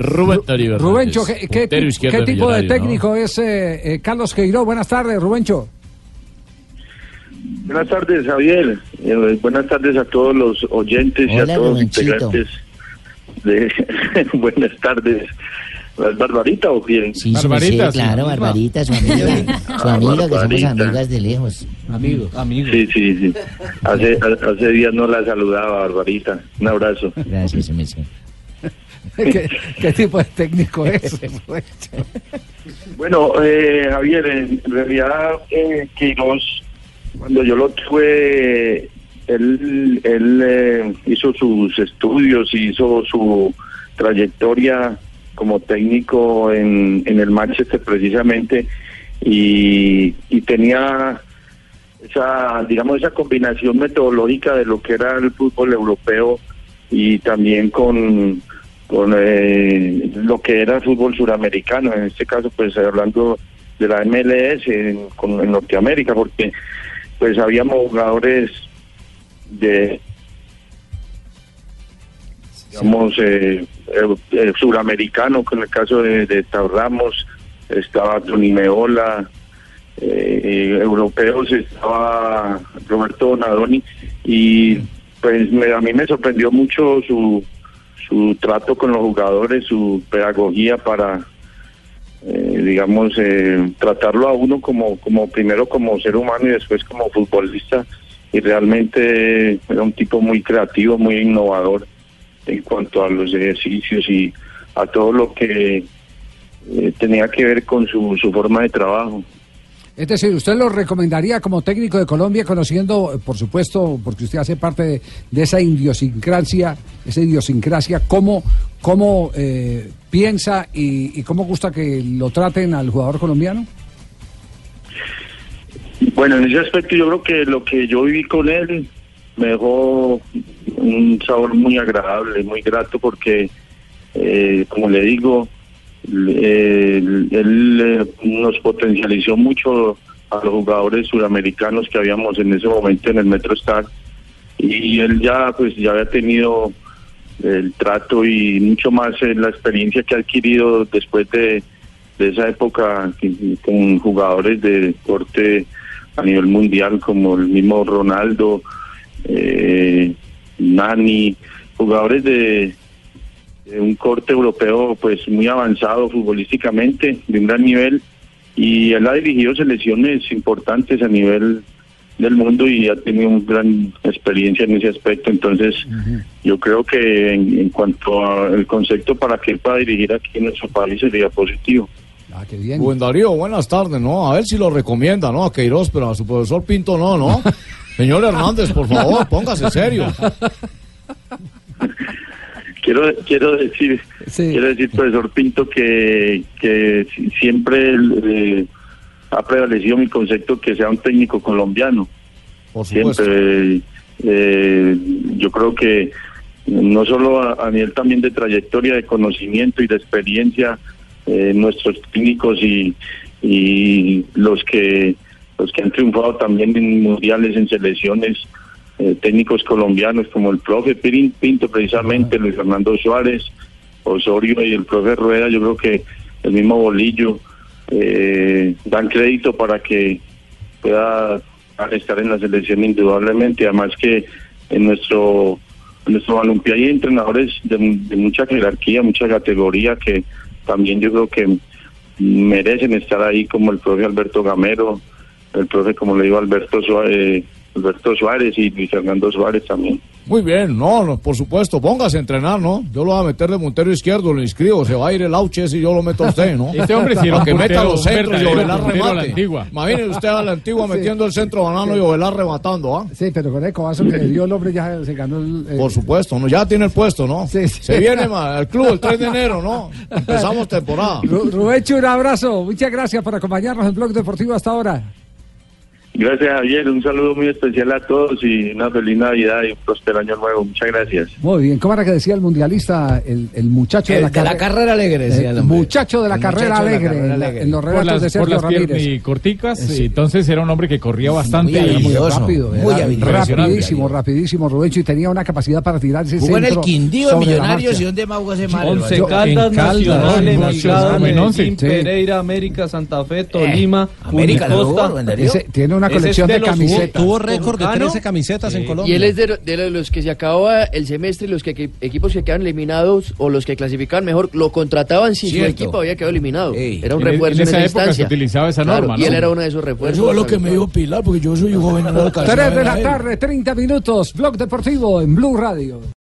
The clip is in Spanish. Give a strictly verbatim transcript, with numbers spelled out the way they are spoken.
Rubén Darío Rubencho, ¿qué, qué, ¿qué tipo de técnico ¿no? es eh, eh, Carlos Queiroz? Buenas tardes, Rubencho. Buenas tardes, Javier. Eh, buenas tardes a todos los oyentes. Hola, y a todos Rubenchito. Los integrantes de... Buenas tardes. ¿Es Barbarita o quién? Sí, Barbarita, sí, claro, Barbarita, su amiga. Su amiga, que somos amigas de lejos. Amigos, amigos. Sí, sí, sí. Hace, hace días no la saludaba, Barbarita. Un abrazo. Gracias, Messi. ¿Qué, ¿Qué tipo de técnico es? Bueno, eh, Javier, en realidad, eh, Queiroz, cuando yo lo tuve, él, él eh, hizo sus estudios, hizo su trayectoria como técnico en, en el Manchester precisamente, y, y tenía esa, digamos, esa combinación metodológica de lo que era el fútbol europeo y también con, con eh, lo que era el fútbol suramericano, en este caso pues hablando de la M L S en, con, en Norteamérica, porque pues habíamos jugadores de digamos eh, eh, eh, suramericano, con el caso de, de Tao Ramos, estaba Tony Meola, eh, europeos estaba Roberto Donadoni, y pues me, a mí me sorprendió mucho su su trato con los jugadores, su pedagogía para eh, digamos eh, tratarlo a uno como como primero como ser humano y después como futbolista, y realmente era un tipo muy creativo, muy innovador en cuanto a los ejercicios y a todo lo que eh, tenía que ver con su, su forma de trabajo. Es decir, ¿usted lo recomendaría como técnico de Colombia, conociendo, por supuesto, porque usted hace parte de, de esa idiosincrasia, esa idiosincrasia, cómo, cómo eh, piensa y, y cómo gusta que lo traten al jugador colombiano? Bueno, en ese aspecto yo creo que lo que yo viví con él me dejó un sabor muy agradable, muy grato, porque, eh, como le digo, eh, él eh, nos potencializó mucho a los jugadores suramericanos que habíamos en ese momento en el MetroStar, y él ya pues ya había tenido el trato y mucho más eh, la experiencia que ha adquirido después de, de esa época con jugadores de corte a nivel mundial como el mismo Ronaldo, eh, Nani, jugadores de, de un corte europeo pues muy avanzado futbolísticamente, de un gran nivel, y él ha dirigido selecciones importantes a nivel del mundo y ha tenido una gran experiencia en ese aspecto. Entonces uh-huh. yo creo que en, en cuanto al concepto para que él pueda dirigir aquí en nuestro país sería positivo. Ah, qué bien. Buen Darío, buenas tardes, ¿no? A ver si lo recomienda, ¿no? A Queiroz, pero a su profesor Pinto no, ¿no? Señor Hernández, por favor, póngase serio. Quiero quiero decir, sí. quiero decir, profesor Pinto, que que siempre eh, ha prevalecido mi concepto que sea un técnico colombiano. Por supuesto. Siempre, eh, yo creo que no solo a, a nivel también de trayectoria, de conocimiento y de experiencia, eh, nuestros técnicos y y los que los que han triunfado también en mundiales, en selecciones, eh, técnicos colombianos como el profe Pinto precisamente, uh-huh. Luis Fernando Suárez, Osorio y el profe Rueda, yo creo que el mismo Bolillo, eh, dan crédito para que pueda estar en la selección indudablemente, además que en nuestro en nuestro balompié hay entrenadores de, de mucha jerarquía, mucha categoría, que también yo creo que merecen estar ahí, como el profe Alberto Gamero, el profe, como le digo, Alberto Suárez, Alberto Suárez y Luis Fernando Suárez también. Muy bien, no, no, por supuesto, póngase a entrenar, ¿no? Yo lo voy a meter de puntero izquierdo, lo inscribo, se va a ir el Auches y yo lo meto a usted, ¿no? Este hombre sí, para que meta los centros y Ovelar remate. Imagínese usted a la antigua sí. metiendo el centro banano sí. y Ovelar rematando, ¿ah? Sí, pero con el cobazo que le dio el hombre ya se ganó el... el... Por supuesto, ¿no? Ya tiene el puesto, ¿no? Sí, sí. Se viene al club el tres de enero, ¿no? Empezamos temporada. Rubencho, un abrazo, muchas gracias por acompañarnos en Blog Deportivo hasta ahora. Gracias, Javier. Un saludo muy especial a todos y una feliz Navidad y un próspero año nuevo. Muchas gracias. Muy bien. ¿Cómo era que decía el mundialista, el, el muchacho El de la, de carre- la carrera alegre, decía el el hombre. muchacho de la El carrera muchacho de la alegre, carrera en la- alegre. en los Por relatos las, de por Sergio las piernas Ramírez. y corticas, Sí. y entonces era un hombre que corría bastante. Muy Muy habilidoso, rápido, muy era habilidoso. rapidísimo, rapidísimo, Rubencho, y tenía una capacidad para tirar ese Jugó en centro el Quindío sobre la Millonarios marcha. y donde más jugó ese mal. Once Yo- Caldas, en Caldas, Nacional, ¿no? Envigado, En once. Medellín, Sí. Pereira, América, Santa Fe, Tolima, América lo jugó, Unicosta. Rubén Darío. Ese- tiene una Ese colección es de, de los- camisetas. Tuvo récord de Tucano. trece camisetas en Colombia. Y él es de, de los que se acababa el semestre y los que, que- equipos que quedan eliminados o los que clasificaban mejor lo contrataban si su Cierto. equipo había quedado eliminado. Ey. Era un En- en refuerzo en, esa esa época instancia. se utilizaba esa Claro, norma, y ¿no? él era uno de esos refuerzos. Eso es lo que me dijo Pilar, porque yo soy joven. No lo alcancé a tres ver de a la él. tarde, treinta minutos, Blog Deportivo en Blue Radio.